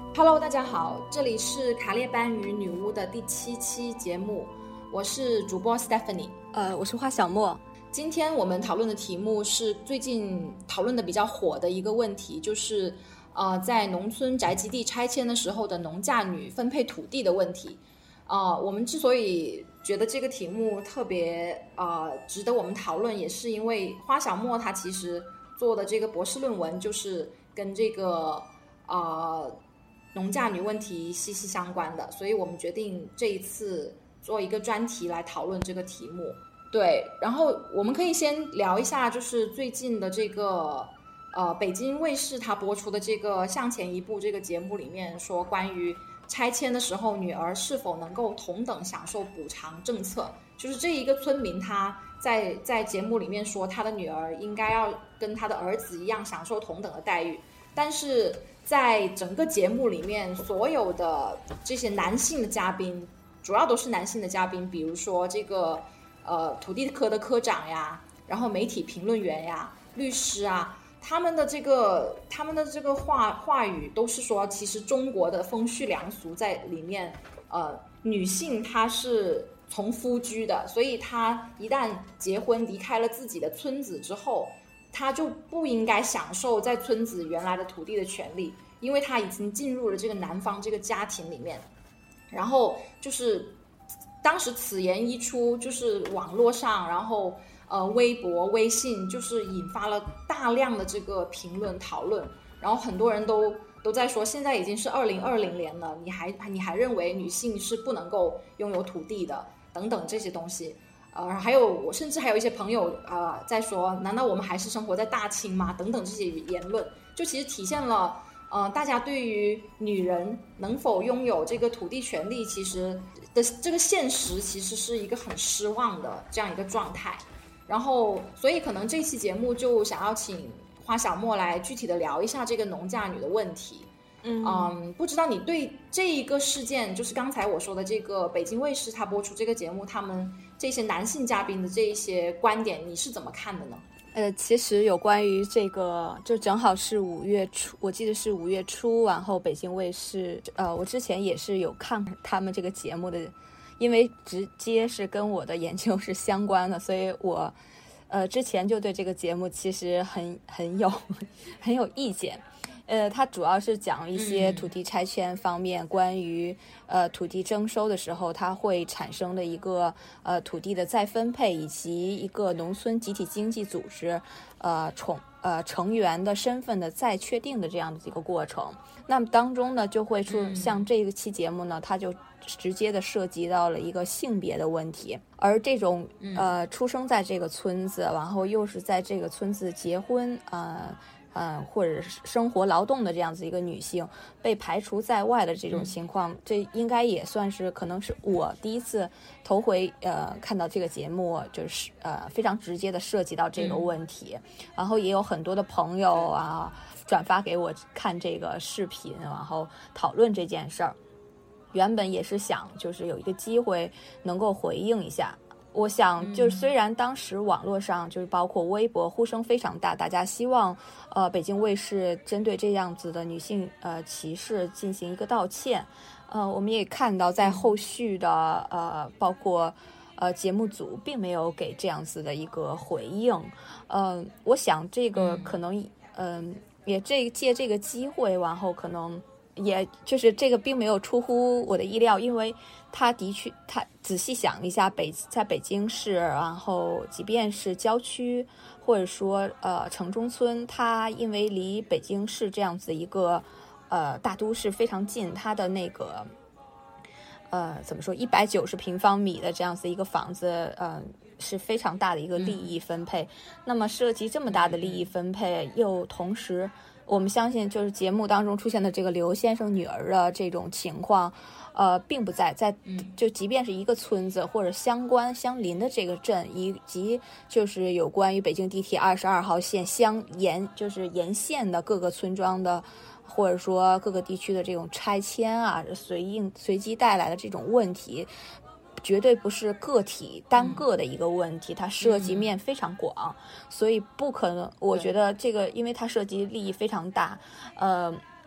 Hello，大家好，这里是卡列班与女巫的第7期节目，我是主播 Stephanie， 我是花小莫。 今天我们讨论的题目是最近讨论的比较火的一个问题，就是在农村宅基地拆迁的时候的农嫁女分配土地的问题。我们之所以觉得这个题目特别值得我们讨论，也是因为花小莫他其实做的这个博士论文就是跟这个农嫁女问题息息相关的，所以我们决定这一次做一个专题来讨论这个题目。对，然后我们可以先聊一下，就是最近的这个北京卫视它播出的这个向前一步这个节目里面说，关于拆迁的时候女儿是否能够同等享受补偿政策，就是这一个村民他在节目里面说他的女儿应该要跟他的儿子一样享受同等的待遇，但是在整个节目里面所有的这些男性的嘉宾，主要都是男性的嘉宾，比如说这个土地科的科长呀，然后媒体评论员呀，律师啊，他们的这个话语都是说，其实中国的风序良俗在里面，女性她是从夫居的，所以她一旦结婚离开了自己的村子之后，她就不应该享受在村子原来的土地的权利，因为她已经进入了这个男方这个家庭里面。然后就是当时此言一出，就是网络上，然后微博、微信，就是引发了大量的这个评论讨论，然后很多人都在说，现在已经是2020年了，你还认为女性是不能够拥有土地的，等等这些东西。还有我甚至还有一些朋友在说，难道我们还是生活在大清吗？等等这些言论，就其实体现了大家对于女人能否拥有这个土地权利，其实的这个现实其实是一个很失望的这样一个状态。然后，所以可能这期节目就想要请花小莫来具体的聊一下这个农嫁女的问题。不知道你对这一个事件，就是刚才我说的这个北京卫视他播出这个节目，他们这些男性嘉宾的这一些观点，你是怎么看的呢？ 其实有关于这个，就正好是5月初，我记得是5月初，然后北京卫视，我之前也是有看他们这个节目的，因为直接是跟我的研究是相关的，所以我之前就对这个节目其实很有意见。它主要是讲一些土地拆迁方面，关于土地征收的时候它会产生的一个土地的再分配，以及一个农村集体经济组织成员的身份的再确定的这样的一个过程。那么当中呢，就会出像这个期节目呢，它就直接的涉及到了一个性别的问题，而这种出生在这个村子，然后又是在这个村子结婚或者是生活劳动的这样子一个女性被排除在外的这种情况，这应该也算是可能是我第一次头回看到这个节目，就是非常直接的涉及到这个问题。然后也有很多的朋友转发给我看这个视频，然后讨论这件事儿。原本也是想就是有一个机会能够回应一下。我想就是虽然当时网络上就是包括微博呼声非常大，大家希望北京卫视针对这样子的女性歧视进行一个道歉。我们也看到在后续的包括节目组并没有给这样子的一个回应。我想这个可能也借这个机会，然后可能也就是这个并没有出乎我的意料，因为他仔细想一下，在北京市，然后即便是郊区或者说城中村，它因为离北京市这样子一个大都市非常近，它的那个怎么说190平方米的这样子一个房子是非常大的一个利益分配。那么涉及这么大的利益分配，又同时我们相信就是节目当中出现的这个刘先生女儿的这种情况并不在就即便是一个村子或者相邻的这个镇，以及就是有关于北京地铁22号线就是沿线的各个村庄的或者说各个地区的这种拆迁随机带来的这种问题，绝对不是个体单个的一个问题，它涉及面非常广，所以不可能，我觉得这个因为它涉及利益非常大，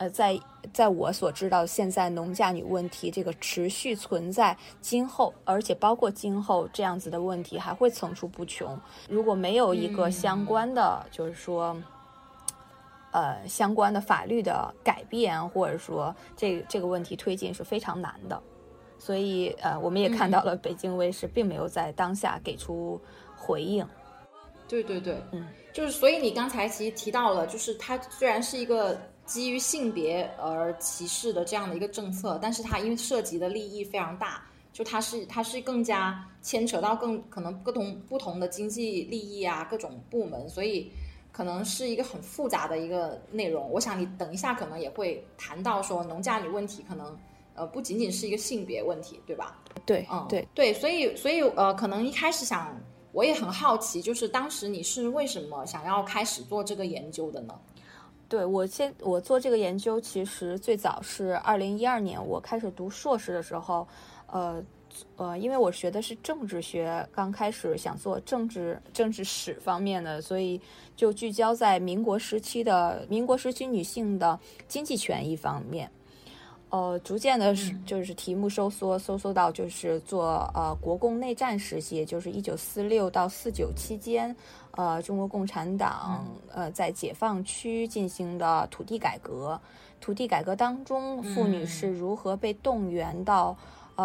在我所知道，现在农嫁女问题这个持续存在，今后而且包括今后这样子的问题还会层出不穷。如果没有一个相关的，就是说相关的法律的改变，或者说这个问题推进是非常难的。所以我们也看到了北京卫视并没有在当下给出回应。 对对对，就是所以你刚才其实提到了，就是它虽然是一个基于性别而歧视的这样的一个政策，但是它因为涉及的利益非常大，就它是更加牵扯到可能不同的经济利益啊，各种部门，所以可能是一个很复杂的一个内容。我想你等一下可能也会谈到说农嫁女问题可能不仅仅是一个性别问题，对吧？ 对， 对，所以可能一开始我也很好奇，就是当时你是为什么想要开始做这个研究的呢？ 对，我做这个研究，其实最早是2012年我开始读硕士的时候，因为我学的是政治学，刚开始想做政治史方面的，所以就聚焦在民国时期女性的经济权益方面。逐渐的就是题目收缩到就是做国共内战时期，就是1946到49期间，中国共产党在解放区进行的土地改革。土地改革当中，妇女是如何被动员到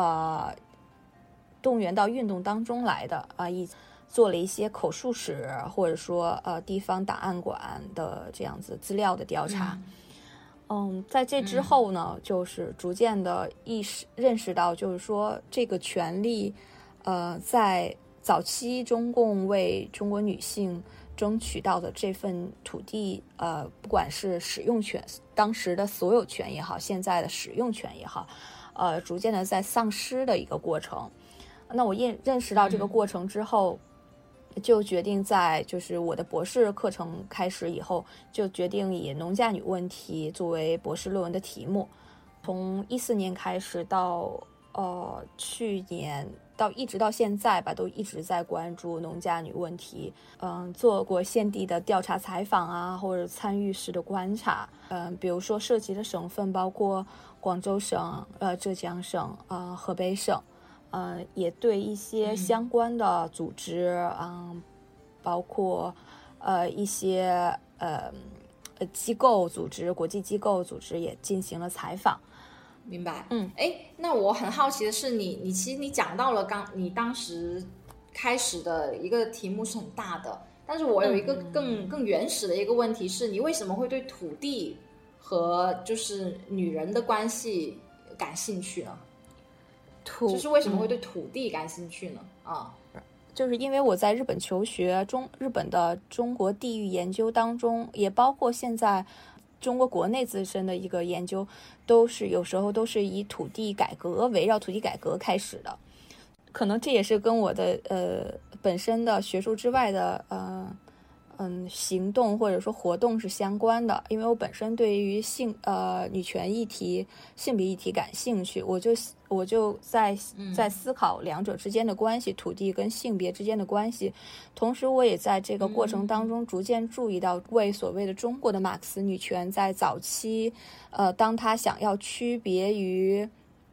运动当中来的做了一些口述史，或者说地方档案馆的这样子资料的调查。在这之后呢，就是逐渐的认识到，就是说这个权利，在早期中共为中国女性争取到的这份土地，不管是使用权，当时的所有权也好，现在的使用权也好，逐渐的在丧失的一个过程。那我认识到这个过程之后，就决定就是我的博士课程开始以后，就决定以农嫁女问题作为博士论文的题目。从14年开始到去年一直到现在吧，都一直在关注农嫁女问题。做过现地的调查采访啊，或者参与式的观察。比如说涉及的省份包括广州省、浙江省、河北省。也对一些相关的组织，包括一些机构组织、国际机构组织也进行了采访。 明白。那我很好奇的是，其实你讲到了你当时开始的一个题目是很大的，但是我有一个更原始的一个问题是，你为什么会对土地和就是女人的关系感兴趣呢？就是为什么会对土地感兴趣呢？ 就是因为我在日本求学，日本的中国地域研究当中，也包括现在中国国内自身的一个研究，有时候都是以围绕土地改革开始的。可能这也是跟我的本身的学术之外的行动或者说活动是相关的。因为我本身对于女权议题、性别议题感兴趣，我就在思考两者之间的关系，土地跟性别之间的关系。同时我也在这个过程当中逐渐注意到，为所谓的中国的马克思女权在早期当他想要区别于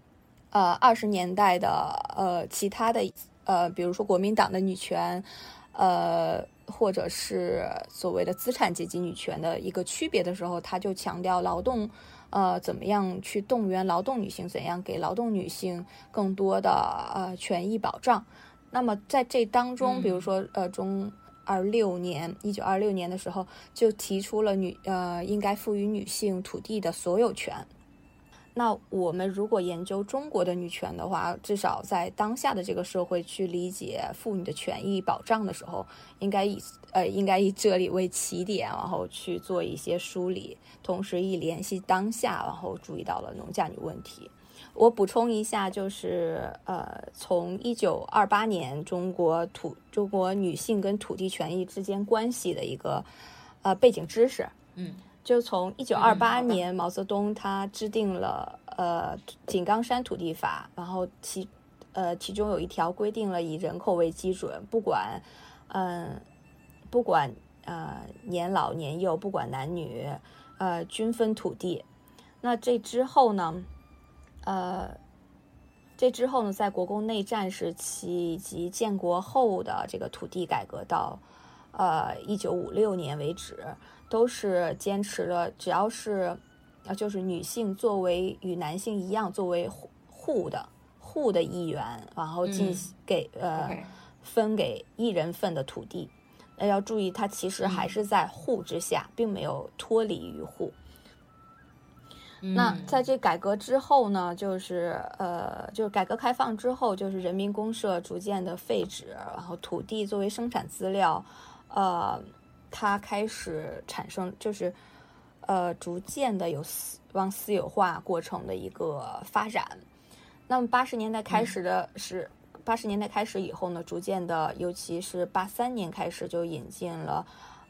20年代的其他的比如说国民党的女权或者是所谓的资产阶级女权的一个区别的时候，他就强调劳动怎么样去动员劳动女性，怎样给劳动女性更多的权益保障。那么在这当中，比如说1926年的时候，就提出了应该赋予女性土地的所有权。那我们如果研究中国的女权的话，至少在当下的这个社会去理解妇女的权益保障的时候，应该以这里为起点，然后去做一些梳理，同时以联系当下，然后注意到了农嫁女问题。我补充一下，就是从1928年中国女性跟土地权益之间关系的一个背景知识。就从1928年，毛泽东他制定了井冈山土地法，然后其中有一条规定了以人口为基准，不管年老年幼，不管男女，均分土地。 那这之后呢，在国共内战时期以及建国后的这个土地改革到1956年为止，都是坚持了只要是就是女性作为与男性一样作为户的一员，然后分给一人份的土地。要注意，它其实还是在户之下，并没有脱离于户。那在这改革之后呢，就是改革开放之后，就是人民公社逐渐的废止，然后土地作为生产资料，它开始产生就是逐渐的往私有化过程的一个发展。那么80年代开始以后呢，逐渐的，尤其是83年开始就引进了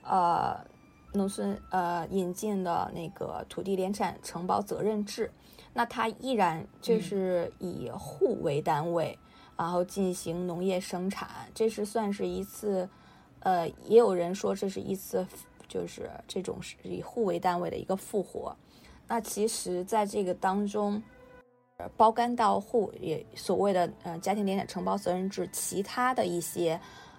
引进的那个土地联产承包责任制。那它依然就是以户为单位，然后进行农业生产。这是算是一次也有人说这是一次就是这种是以户为单位的一个复活。那其实在这个当中，包干到户也所谓的家庭联产承包责任制，其他的一些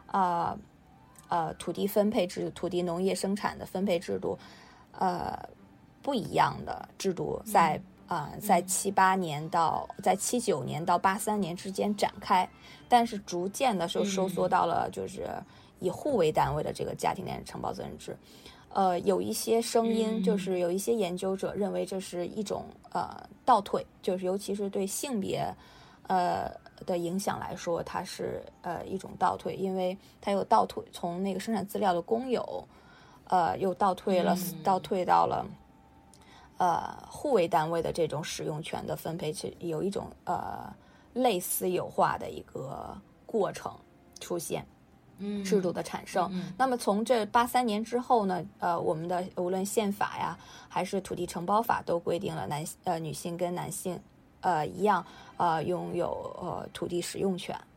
土地分配制度、土地农业生产的分配制度，不一样的制度在79年到83年之间展开，但是逐渐的收缩到了就是以户为单位的这个家庭联产承包责任制。有一些声音，就是有一些研究者认为这是一种倒退，就是尤其是对性别的影响来说，它是一种倒退，因为它又倒退从那个生产资料的公有，又倒退到了户为单位的这种使用权的分配，有一种类私有化的一个过程出现。制度的产生。那么从这83年之后呢，我们的无论宪法呀，还是土地承包法，都规定了女性跟男性一样拥有土地使用权。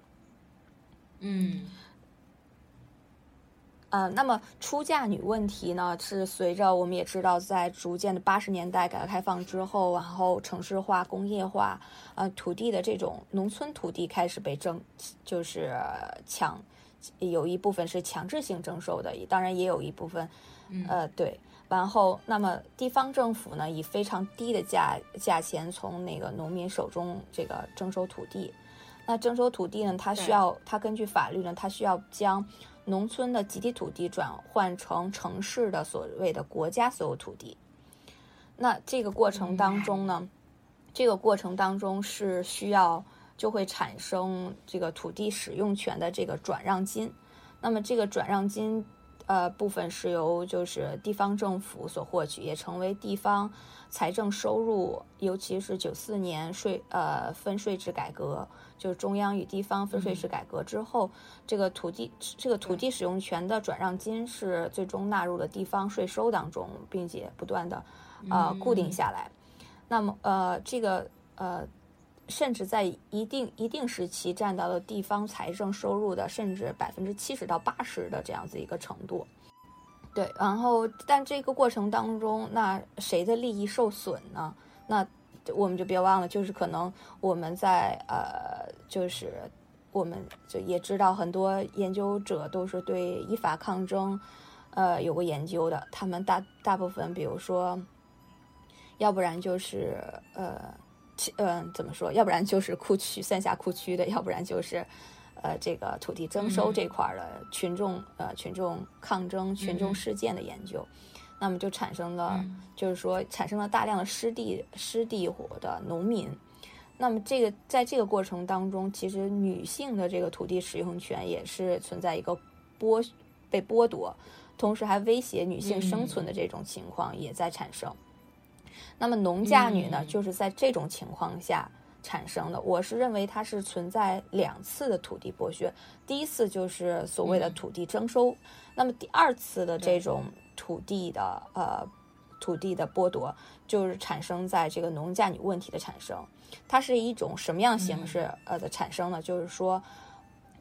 那么出嫁女问题呢，是随着我们也知道，在逐渐的80年代改革开放之后，然后城市化、工业化，土地的这种农村土地开始被就是有一部分是强制性征收的，当然也有一部分，对。然后，那么地方政府呢，以非常低的价钱从那个农民手中这个征收土地。那征收土地呢，它根据法律呢，它需要将农村的集体土地转换成城市的所谓的国家所有土地。那这个过程当中呢，是需要就会产生这个土地使用权的这个转让金。那么这个转让金部分是由就是地方政府所获取，也成为地方财政收入，尤其是94年分税制改革，就是中央与地方分税制改革之后，这个土地使用权的转让金是最终纳入了地方税收当中，并且不断的固定下来。那么这个甚至在一定时期占到了地方财政收入的甚至70%到80%的这样子一个程度。对，然后但这个过程当中，那谁的利益受损呢？那我们就别忘了，就是可能我们在就是我们就也知道很多研究者都是对依法抗争有过研究的，他们大部分比如说，要不然就是怎么说？要不然就是三峡库区的，要不然就是这个土地征收这块的群众抗争、群众事件的研究，那么就产生了大量的失地的农民。那么在这个过程当中，其实女性的这个土地使用权也是存在一个被剥夺，同时还威胁女性生存的这种情况也在产生。那么农嫁女呢，就是在这种情况下产生的。我是认为它是存在2次的土地剥削，第一次就是所谓的土地征收，那么第2次的这种土地的剥夺，就是产生在这个农嫁女问题的产生。它是一种什么样形式的产生呢？就是说，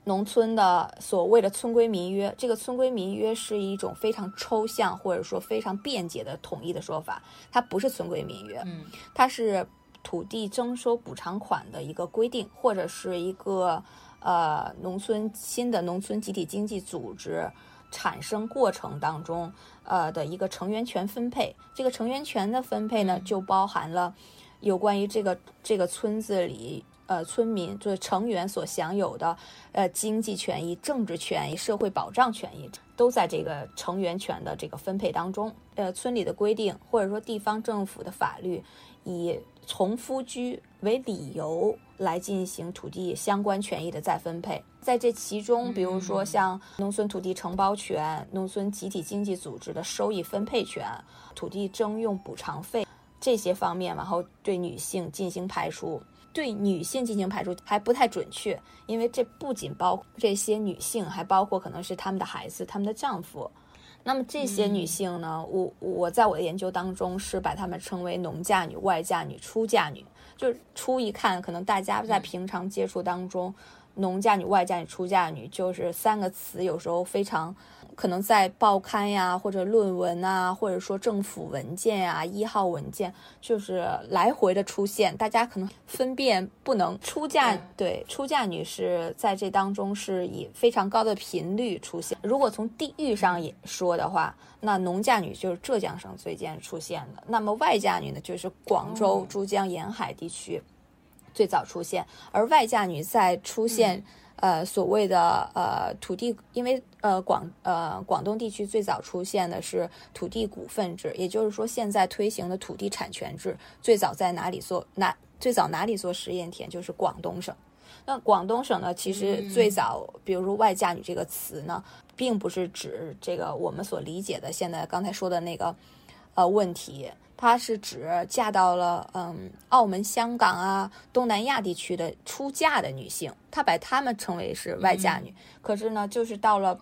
农村的所谓的村规民约，这个村规民约是一种非常抽象或者说非常便捷的统一的说法，它不是村规民约，它是土地征收补偿款的一个规定，或者是一个新的农村集体经济组织产生过程当中的一个成员权分配。这个成员权的分配呢，就包含了有关于这个村子里村民就是成员所享有的经济权益、政治权益、社会保障权益，都在这个成员权的这个分配当中。村里的规定或者说地方政府的法律以从夫居为理由来进行土地相关权益的再分配。在这其中，比如说像农村土地承包权、农村集体经济组织的收益分配权、土地征用补偿费这些方面，然后对女性进行排除。对女性进行排除还不太准确，因为这不仅包括这些女性，还包括可能是她们的孩子、她们的丈夫。那么这些女性呢，我在我的研究当中是把她们称为农嫁女、外嫁女、出嫁女。就是初一看，可能大家在平常接触当中，农嫁女、外嫁女、出嫁女就是三个词，有时候非常可能在报刊呀，或者论文啊，或者说政府文件呀、1号文件，就是来回的出现，大家可能分辨不能。出嫁女是在这当中是以非常高的频率出现。如果从地域上也说的话，那农嫁女就是浙江省最先出现的，那么外嫁女呢，就是广州、珠江沿海地区最早出现。而外嫁女在出现所谓的土地，因为广东地区最早出现的是土地股份制，也就是说现在推行的土地产权制最早在哪里做实验田，就是广东省。那广东省呢，其实最早比如说外嫁女这个词呢，并不是指这个我们所理解的现在刚才说的那个问题，它是指嫁到了澳门、香港啊、东南亚地区的出嫁的女性，她把她们称为是外嫁女。可是呢，就是到了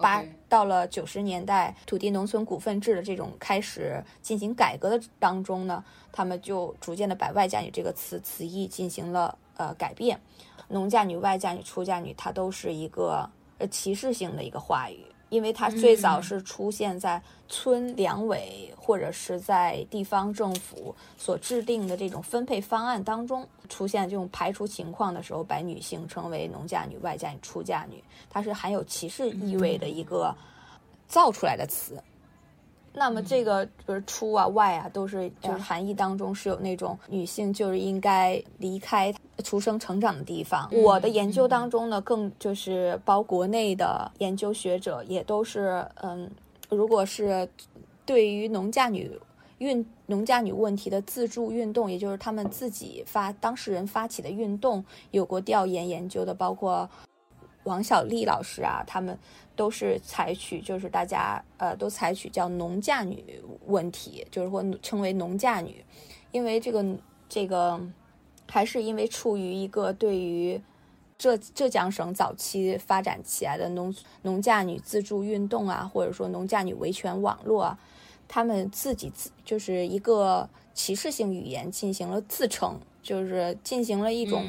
90年代土地农村股份制的这种开始进行改革的当中呢，他们就逐渐的把外嫁女这个词义进行了改变。农嫁女、外嫁女、出嫁女，它都是一个歧视性的一个话语。因为它最早是出现在村两委或者是在地方政府所制定的这种分配方案当中出现这种排除情况的时候，把女性称为农嫁女、外嫁女、出嫁女，它是含有歧视意味的一个造出来的词。那么这个比如出啊、外啊，都是就是含义当中是有那种女性就是应该离开出生成长的地方。我的研究当中呢，更就是包国内的研究学者也都是如果是对于农嫁女问题的自助运动，也就是他们自己当事人发起的运动有过调研研究的，包括王小丽老师啊，他们都是采取就是大家都采取叫农嫁女问题，就是或称为农嫁女。因为这个还是因为处于一个对于浙江省早期发展起来的农嫁女自助运动啊，或者说农嫁女维权网络啊，他们自己就是一个歧视性语言进行了自称，就是进行了一种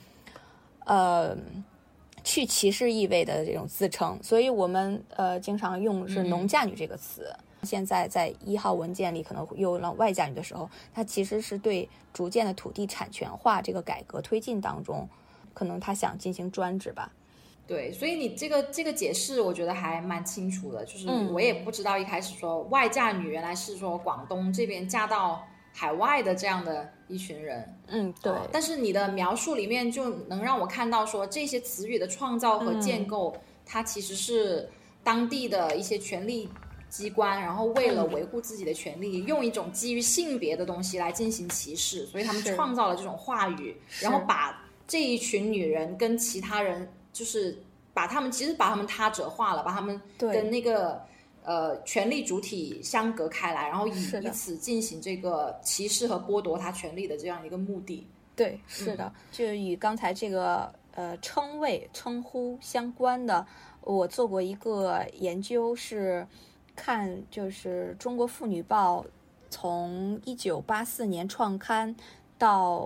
去歧视意味的这种自称，所以我们经常用是农嫁女这个词。现在在1号文件里可能用了外嫁女的时候，它其实是对逐渐的土地产权化这个改革推进当中，可能他想进行专制吧。 对，所以你这个解释我觉得还蛮清楚的，就是我也不知道一开始说外嫁女原来是说广东这边嫁到海外的这样的一群人。 对。 但是你的描述里面就能让我看到说这些词语的创造和建构，它其实是当地的一些权力机关，然后为了维护自己的权利，用一种基于性别的东西来进行歧视，所以他们创造了这种话语，然后把这一群女人跟其他人就是把他们他者化了，把他们跟那个权力主体相隔开来，然后以此进行这个歧视和剥夺他权利的这样一个目的。 对，是的，就与刚才这个称呼相关的，我做过一个研究，是看就是中国妇女报从1984年创刊到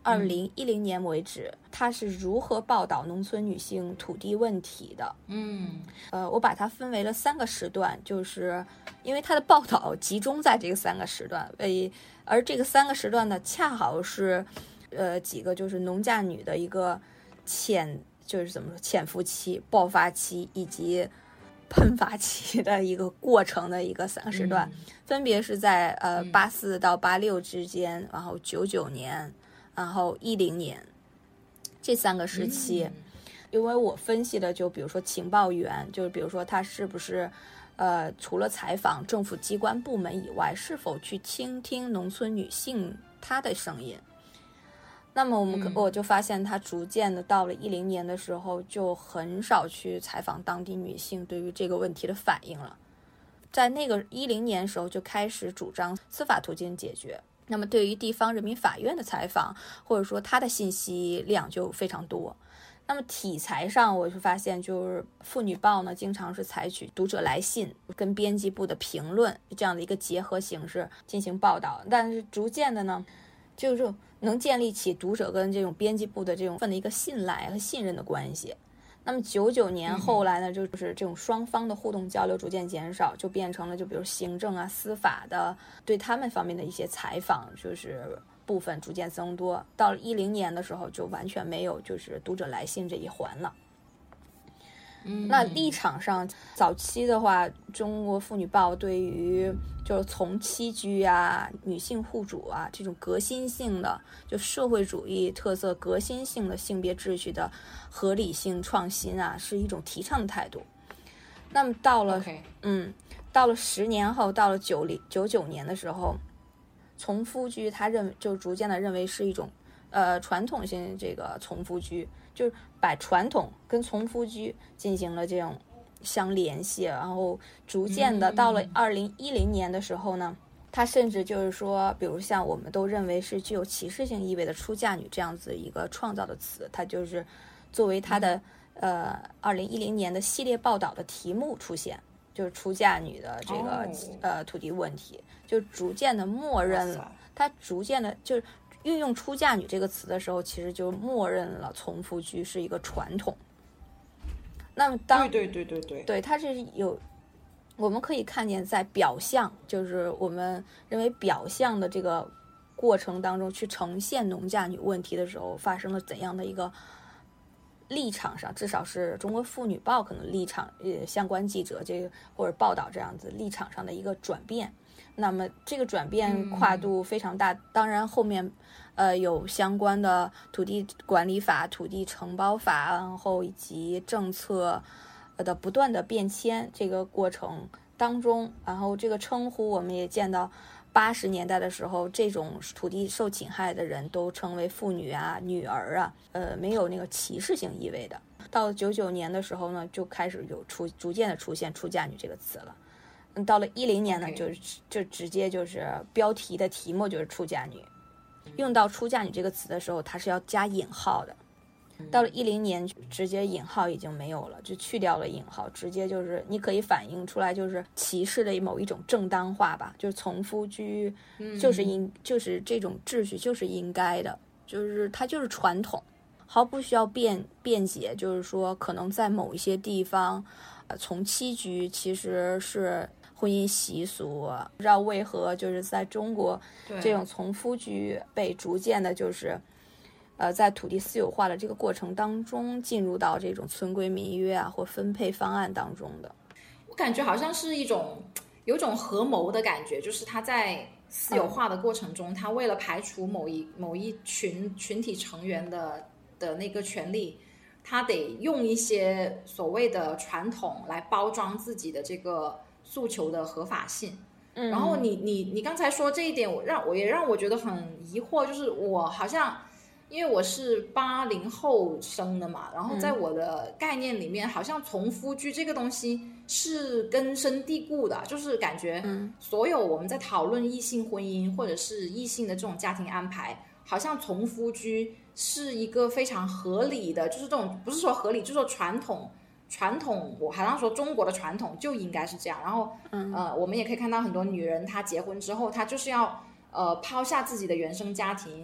2010年为止，它是如何报道农村女性土地问题的。我把它分为了3个时段，就是因为它的报道集中在这个3个时段，而这个3个时段呢，恰好是几个就是农嫁女的一个就是怎么说潜伏期、爆发期以及喷发期的一个过程的一个3个时段，分别是在84到86之间，然后99年，然后10年这3个时期。因为我分析的就比如说情报员，就是比如说他是不是除了采访政府机关部门以外，是否去倾听农村女性她的声音。那么我就发现他逐渐的到了10年的时候，就很少去采访当地女性对于这个问题的反应了。在那个10年的时候，就开始主张司法途径解决。那么对于地方人民法院的采访，或者说他的信息量就非常多。那么题材上，我就发现就是妇女报呢，经常是采取读者来信跟编辑部的评论这样的一个结合形式进行报道，但是逐渐的呢，就是能建立起读者跟这种编辑部的这种一个信赖和信任的关系。那么99年后来呢，就是这种双方的互动交流逐渐减少，就变成了就比如行政啊、司法的对他们方面的一些采访，就是部分逐渐增多。到了10年的时候，就完全没有就是读者来信这一环了。那立场上，早期的话，中国妇女报对于就是从妻居啊、女性户主啊这种革新性的，就社会主义特色革新性的性别秩序的合理性创新啊，是一种提倡的态度。那么到了到了10年后，到了99年的时候，从夫居他就逐渐的认为是一种传统性这个从夫居，就是把传统跟从夫居进行了这种相联系，然后逐渐的到了2010年的时候呢，他甚至就是说，比如像我们都认为是具有歧视性意味的出嫁女这样子一个创造的词，它就是作为他的2010年的系列报道的题目出现，就是出嫁女的这个土地问题，就逐渐的默认了，他逐渐的就是运用出嫁女这个词的时候，其实就默认了从夫居是一个传统。那么对，它是有，我们可以看见在表象，就是我们认为表象的这个过程当中去呈现农嫁女问题的时候，发生了怎样的一个立场上，至少是中国妇女报可能立场相关记者这个或者报道这样子立场上的一个转变。那么这个转变跨度非常大，当然后面有相关的土地管理法、土地承包法，然后以及政策的不断的变迁，这个过程当中，然后这个称呼我们也见到80年代的时候，这种土地受侵害的人都称为妇女啊、女儿啊，没有那个歧视性意味的。到99年的时候呢，就开始有逐渐的出现出嫁女这个词了。到了10年呢，就直接就是标题的题目就是出嫁女。用到出嫁女这个词的时候，它是要加引号的。到了10年，直接引号已经没有了，就去掉了引号，直接就是你可以反映出来，就是歧视的某一种正当化吧，就是从夫居，就是这种秩序就是应该的，就是它就是传统，毫不需要辩解，就是说可能在某一些地方，从妻居其实是婚姻习俗，不知道为何就是在中国这种从夫居被逐渐的就是在土地私有化的这个过程当中进入到这种村规民约啊或分配方案当中的。 我感觉好像是有种合谋的感觉，就是他在私有化的过程中，他为了排除某一群体成员的那个权利，他得用一些所谓的传统来包装自己的这个诉求的合法性。然后你刚才说这一点，让我觉得很疑惑，就是我好像因为我是80后生的嘛，然后在我的概念里面，好像从夫居这个东西是根深蒂固的，就是感觉所有我们在讨论异性婚姻或者是异性的这种家庭安排，好像从夫居是一个非常合理的，就是这种不是说合理，就是说传统，我好像说中国的传统就应该是这样。然后我们也可以看到很多女人她结婚之后，她就是要抛下自己的原生家庭，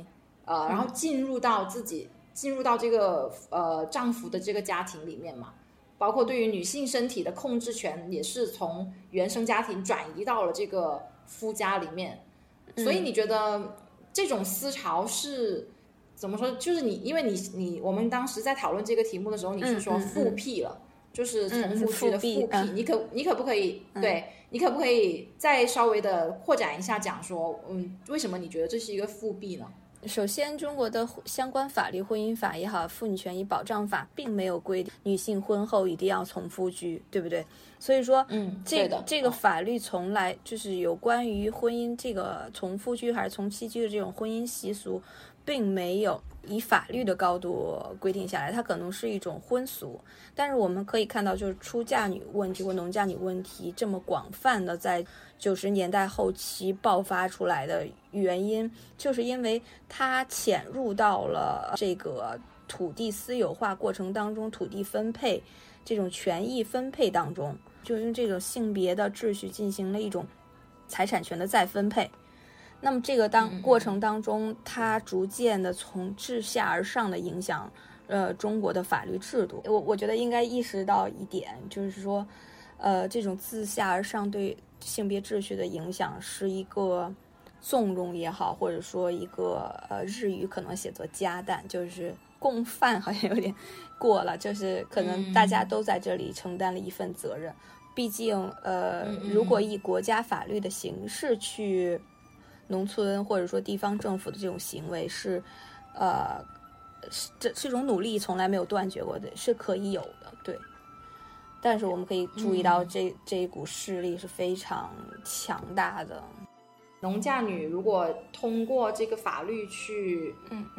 然后进入到这个丈夫的这个家庭里面嘛，包括对于女性身体的控制权也是从原生家庭转移到了这个夫家里面。所以你觉得这种思潮是怎么说？就是因为我们当时在讨论这个题目的时候，你是说复辟了，就是从夫区的复辟，你可不可以对你可不可以再稍微的扩展一下讲说，为什么你觉得这是一个复辟呢？ 首先，中国的相关法律，婚姻法也好，妇女权益保障法并没有规定女性婚后一定要从夫居，对不对？所以说，这个法律从来就是有关于婚姻这个从夫居还是从妻居的这种婚姻习俗，并没有以法律的高度规定下来，它可能是一种婚俗。但是我们可以看到，就是出嫁女问题或农嫁女问题这么广泛的在90年代后期爆发出来的原因，就是因为它潜入到了这个土地私有化过程当中，土地分配这种权益分配当中，就用这种性别的秩序进行了一种财产权的再分配。那么这个过程当中，它逐渐的从自下而上的影响中国的法律制度。我觉得应该意识到一点，就是说这种自下而上对性别秩序的影响是一个纵容也好，或者说一个日语可能写作加担，就是共犯好像有点过了，就是可能大家都在这里承担了一份责任。毕竟如果以国家法律的形式去农村或者说地方政府的这种行为是这种努力从来没有断绝过的，是可以有的，对。但是我们可以注意到这一股势力是非常强大的。 农嫁女如果通过这个法律去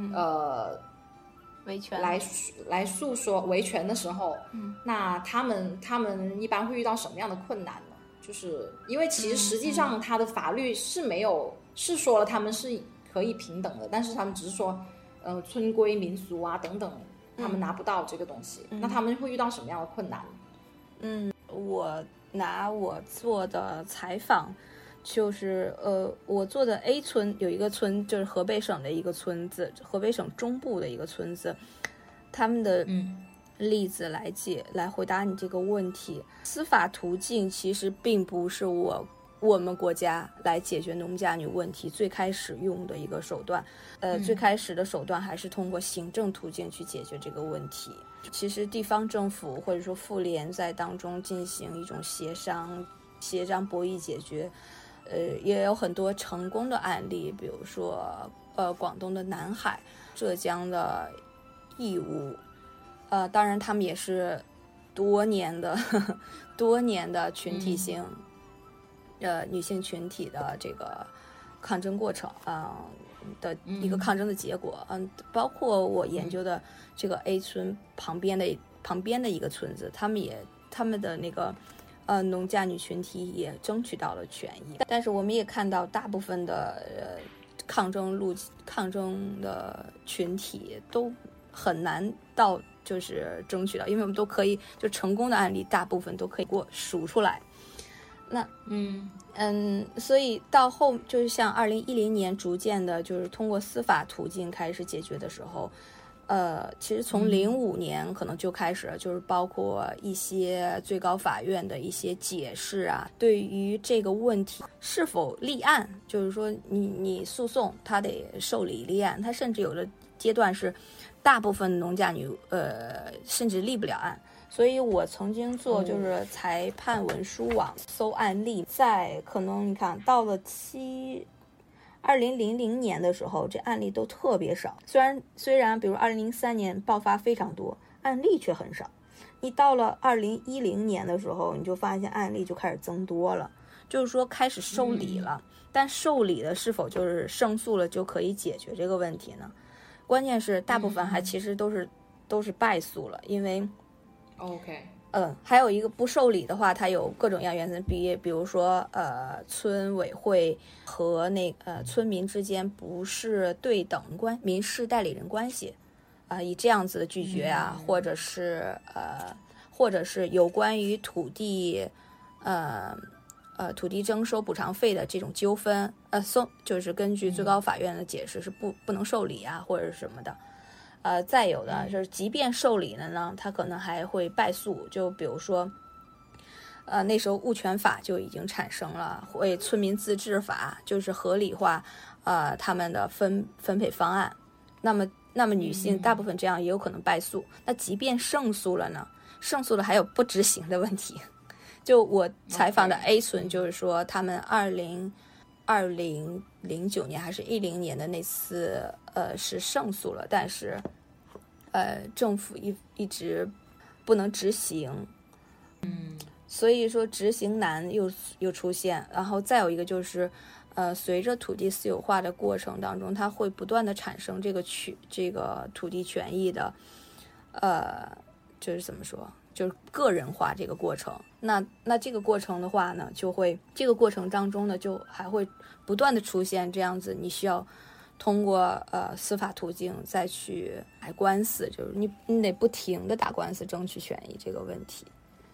维权来诉说维权的时候，那他们一般会遇到什么样的困难呢？就是因为其实实际上他的法律是没有是说了他们是可以平等的，但是他们只是说村规民俗啊等等，他们拿不到这个东西，那他们会遇到什么样的困难？ 我拿我做的采访，就是我做的 A 村有一个村，就是河北省的一个村子，河北省中部的一个村子，他们的例子来回答你这个问题。司法途径其实并不是我们国家来解决农嫁女问题最开始用的一个手段，最开始的手段还是通过行政途径去解决这个问题。其实地方政府或者说妇联在当中进行一种协商博弈解决，也有很多成功的案例，比如说广东的南海、浙江的义乌，当然他们也是多年的群体性女性群体的这个抗争过程的一个抗争的结果。包括我研究的这个 A 村旁边的一个村子，他们的那个农嫁女群体也争取到了权益。但是我们也看到大部分的抗争的群体都很难到就是争取到，因为我们都可以就成功的案例大部分都可以给我数出来。那所以到后就是像2010年逐渐的就是通过司法途径开始解决的时候，其实从05年可能就开始了，就是包括一些最高法院的一些解释啊，对于这个问题是否立案，就是说你诉讼他得受理立案，他甚至有的阶段是大部分农嫁女甚至立不了案。所以我曾经做就是裁判文书网搜案例，在可能你看到了2000年的时候，这案例都特别少。虽然比如2003年爆发非常多，案例却很少。你到了2010年的时候，你就发现案例就开始增多了，就是说开始受理了。但受理的是否就是胜诉了就可以解决这个问题呢？关键是大部分还其实都是败诉了，因为 OK， 还有一个不受理的话，它有各种样原则，比如说村委会和村民之间不是对等民事代理人关系，以这样子的拒绝啊，或者是有关于土地土地征收补偿费的这种纠纷，就是根据最高法院的解释是不能受理啊，或者是什么的。再有的就是即便受理了呢，他可能还会败诉。就比如说，那时候物权法就已经产生了，为村民自治法就是合理化他们的分配方案。那么女性大部分这样也有可能败诉。那即便胜诉了呢？胜诉了还有不执行的问题。就我采访的 A 村就是说，他们2009年还是10年的那次是胜诉了，但是政府一直不能执行，所以说执行难又出现。然后再有一个就是随着土地私有化的过程当中，它会不断的产生这个土地权益的就是怎么说，就是个人化这个过程。那这个过程的话呢，这个过程当中呢，就还会不断的出现这样子，你需要通过司法途径再去打官司，就是你得不停的打官司争取权益这个问题。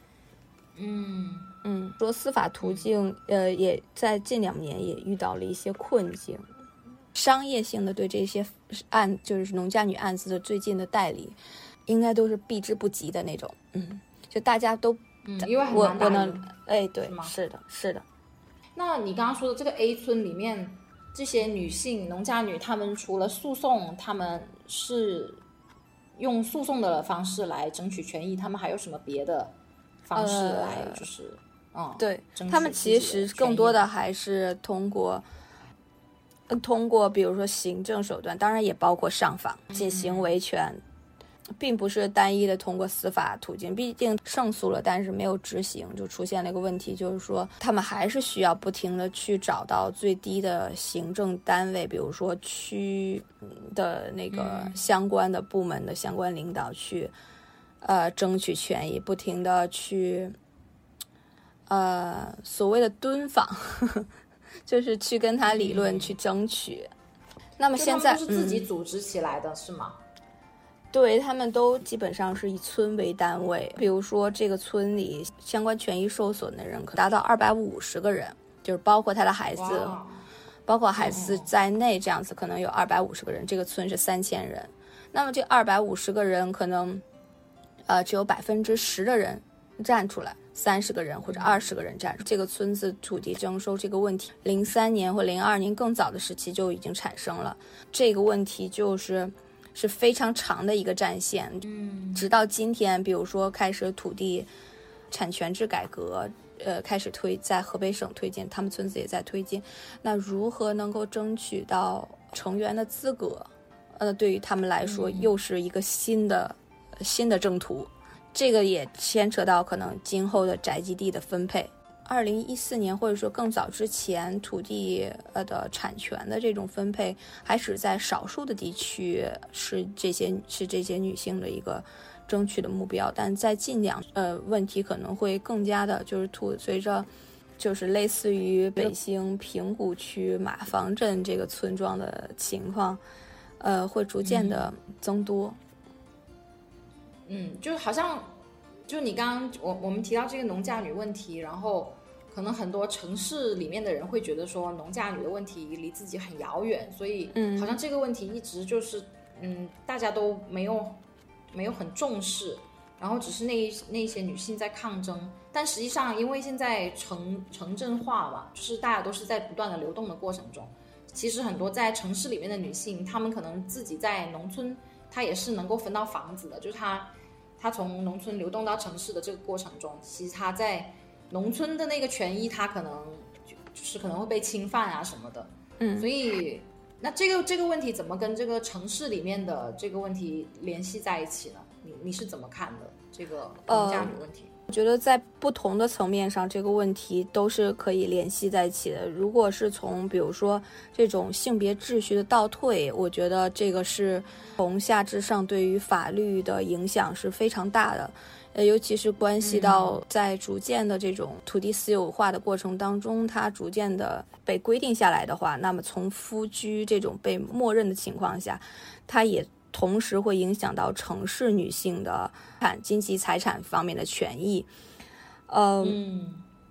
说司法途径也在近2年也遇到了一些困境，商业性的对这些就是农嫁女案子的最近的代理应该都是避之不及的那种。就大家都因为很难打赢。 对，是的。 那你刚刚说的这个 A 村里面这些女性农嫁女，她们除了诉讼，她们是用诉讼的方式来争取权益，她们还有什么别的方式来就是对，他们其实更多的还是通过比如说行政手段，当然也包括上访进行维权，并不是单一的通过司法途径。毕竟胜诉了，但是没有执行，就出现了一个问题，就是说他们还是需要不停的去找到最低的行政单位，比如说区的那个相关的部门的相关领导去争取权益，不停的去所谓的蹲访就是去跟他理论，去争取。那么现在就他们都是自己组织起来的，是吗？ 对，他们都基本上是以村为单位。比如说这个村里相关权益受损的人可达到250个人，就是包括他的孩子，包括孩子在内，这样子可能有250个人。这个村是3000人，那么这250个人可能只有10%的人站出来，30个人或者20个人站出。这个村子土地征收这个问题，03年或02年更早的时期就已经产生了。这个问题是非常长的一个战线，直到今天，比如说开始土地产权制改革，开始在河北省推进，他们村子也在推进。那如何能够争取到成员的资格？对于他们来说，又是一个新的征途。这个也牵扯到可能今后的宅基地的分配。2014年或者说更早之前，土地的产权的这种分配还是在少数的地区是这些女性的一个争取的目标，但在近问题可能会更加的就是随着就是类似于北京平谷区马房镇这个村庄的情况会逐渐的增多。 就好像就你刚刚我们提到这个农嫁女问题，然后可能很多城市里面的人会觉得说农嫁女的问题离自己很遥远，所以好像这个问题一直就是大家都没有很重视，然后只是那些女性在抗争。但实际上因为现在城镇化嘛，就是大家都是在不断的流动的过程中，其实很多在城市里面的女性，她们可能自己在农村她也是能够分到房子的，就是她从农村流动到城市的这个过程中，其实她在农村的那个权益她可能就是可能会被侵犯啊什么的。所以那这个问题怎么跟这个城市里面的这个问题联系在一起呢？你是怎么看的这个农嫁女问题？ 我觉得在不同的层面上，这个问题都是可以联系在一起的。如果是从比如说这种性别秩序的倒退，我觉得这个是从下至上对于法律的影响是非常大的。尤其是关系到在逐渐的这种土地私有化的过程当中，它逐渐的被规定下来的话，那么从夫居这种被默认的情况下，它也同时会影响到城市女性的经济财产方面的权益。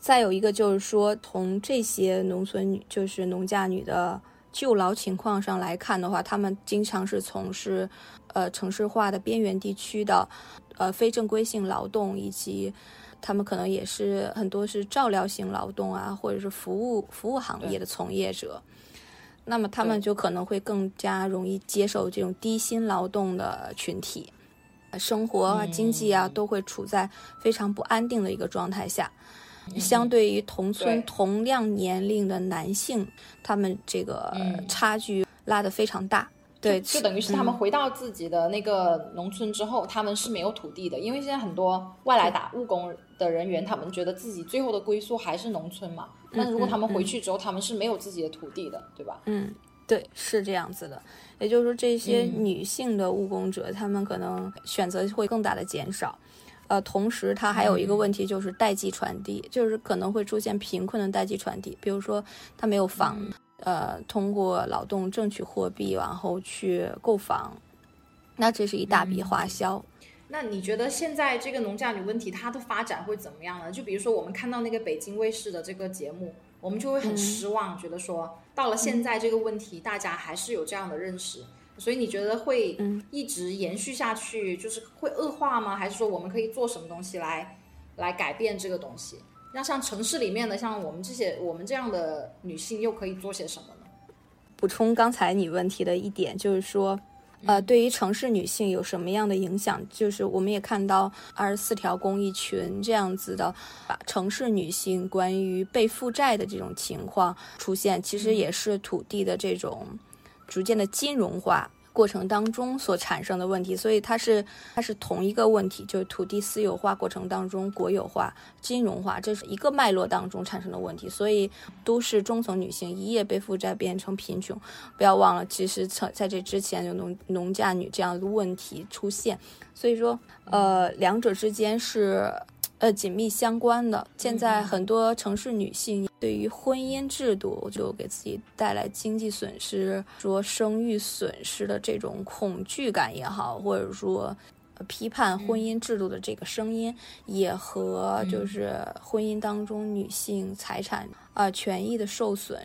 再有一个就是说，从这些农村女，就是农嫁女的就劳情况上来看的话，她们经常是从事城市化的边缘地区的非正规性劳动，以及他们可能也是很多是照料性劳动啊，或者是服务行业的从业者。那么他们就可能会更加容易接受这种低薪劳动的群体，生活啊、经济啊都会处在非常不安定的一个状态下。相对于同村同样年龄的男性，他们这个差距拉得非常大。对， 就等于是他们回到自己的那个农村之后，他们是没有土地的，因为现在很多外来打务工的人员，他们觉得自己最后的归宿还是农村嘛。但是如果他们回去之后，他们是没有自己的土地的，对吧？ 对，是这样子的。也就是说，这些女性的务工者，她们可能选择会更大的减少。同时它还有一个问题，就是代际传递，就是可能会出现贫困的代际传递。比如说，他没有房，通过劳动挣取货币，然后去购房，那这是一大笔花销。 那你觉得现在这个农嫁女问题它的发展会怎么样呢？就比如说我们看到那个北京卫视的这个节目，我们就会很失望，觉得说到了现在这个问题，大家还是有这样的认识。所以你觉得会一直延续下去，就是会恶化吗？还是说我们可以做什么东西来改变这个东西？那像城市里面的，像我们这样的女性，又可以做些什么呢？ 补充刚才你问题的一点，就是说对于城市女性有什么样的影响？就是我们也看到24条公益群这样子的，把城市女性关于被负债的这种情况出现，其实也是土地的这种逐渐的金融化过程当中所产生的问题。所以它是同一个问题，就是土地私有化过程当中国有化、金融化，这是一个脉络当中产生的问题。所以都市中层女性一夜被负债变成贫穷，不要忘了其实在这之前有农嫁女这样的问题出现。所以说两者之间是紧密相关的。现在很多城市女性对于婚姻制度就给自己带来经济损失，说生育损失的这种恐惧感也好，或者说批判婚姻制度的这个声音，也和就是婚姻当中女性财产权益的受损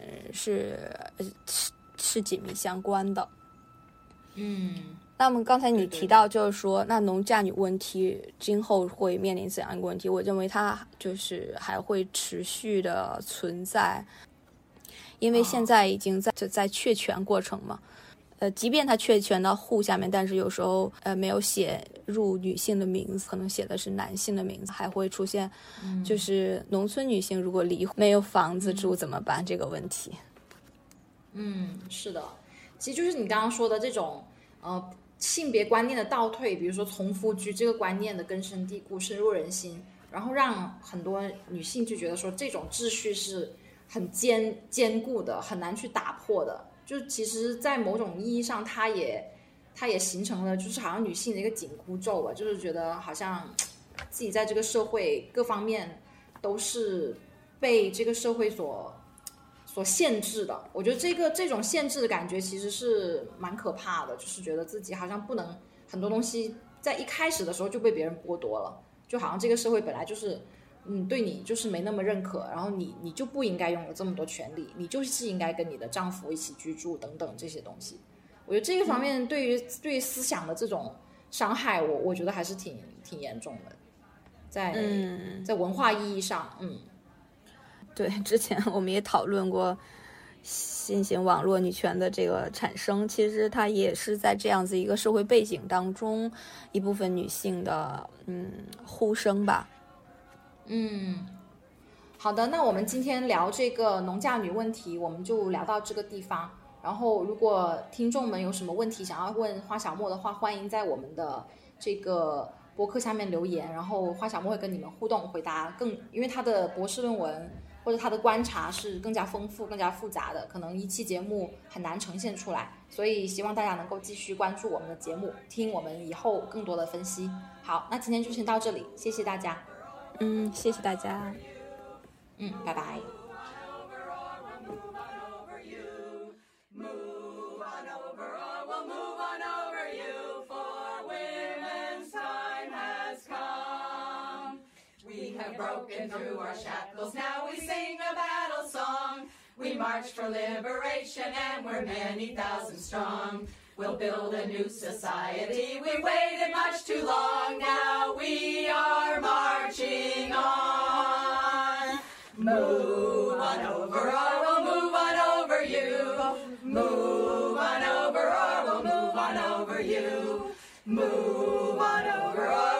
是紧密相关的。那么刚才你提到就是说，那农嫁女问题今后会面临怎样一个问题？我认为它就是还会持续的存在，因为现在已经在确权过程嘛。即便它确权到户下面，但是有时候没有写入女性的名字，可能写的是男性的名字，还会出现就是农村女性如果离婚没有房子住怎么办这个问题。 是的，其实就是你刚刚说的这种性别观念的倒退，比如说从夫居这个观念的根深蒂固、深入人心，然后让很多女性就觉得说这种秩序是很坚固的，很难去打破的。就其实在某种意义上它也形成了就是好像女性的一个紧箍咒吧，就是觉得好像自己在这个社会各方面都是被这个社会所限制的。我觉得这种限制的感觉其实是蛮可怕的，就是觉得自己好像不能很多东西在一开始的时候就被别人剥夺了，就好像这个社会本来就是对你就是没那么认可，然后你就不应该拥有这么多权利，你就是应该跟你的丈夫一起居住等等这些东西。我觉得这个方面对于思想的这种伤害，我觉得还是挺严重的，在文化意义上。 对，之前我们也讨论过新型网络女权的这个产生，其实它也是在这样子一个社会背景当中，一部分女性的呼声吧。 好的，那我们今天聊这个农嫁女问题，我们就聊到这个地方。然后，如果听众们有什么问题想要问花小莫的话，欢迎在我们的这个播客下面留言，然后花小莫会跟你们互动回答因为他的博士论文或者他的观察是更加丰富、更加复杂的，可能一期节目很难呈现出来，所以希望大家能够继续关注我们的节目，听我们以后更多的分析。好，那今天就先到这里，谢谢大家。 谢谢大家。 拜拜。We have have broken through our shackles. Now we sing a battle song. We march for liberation and we're many thousand strong. We'll build a new society. We've waited much too long. Now we are marching on. Move on over or we'll move on over you. Move on over or we'll move on over you. Move on over or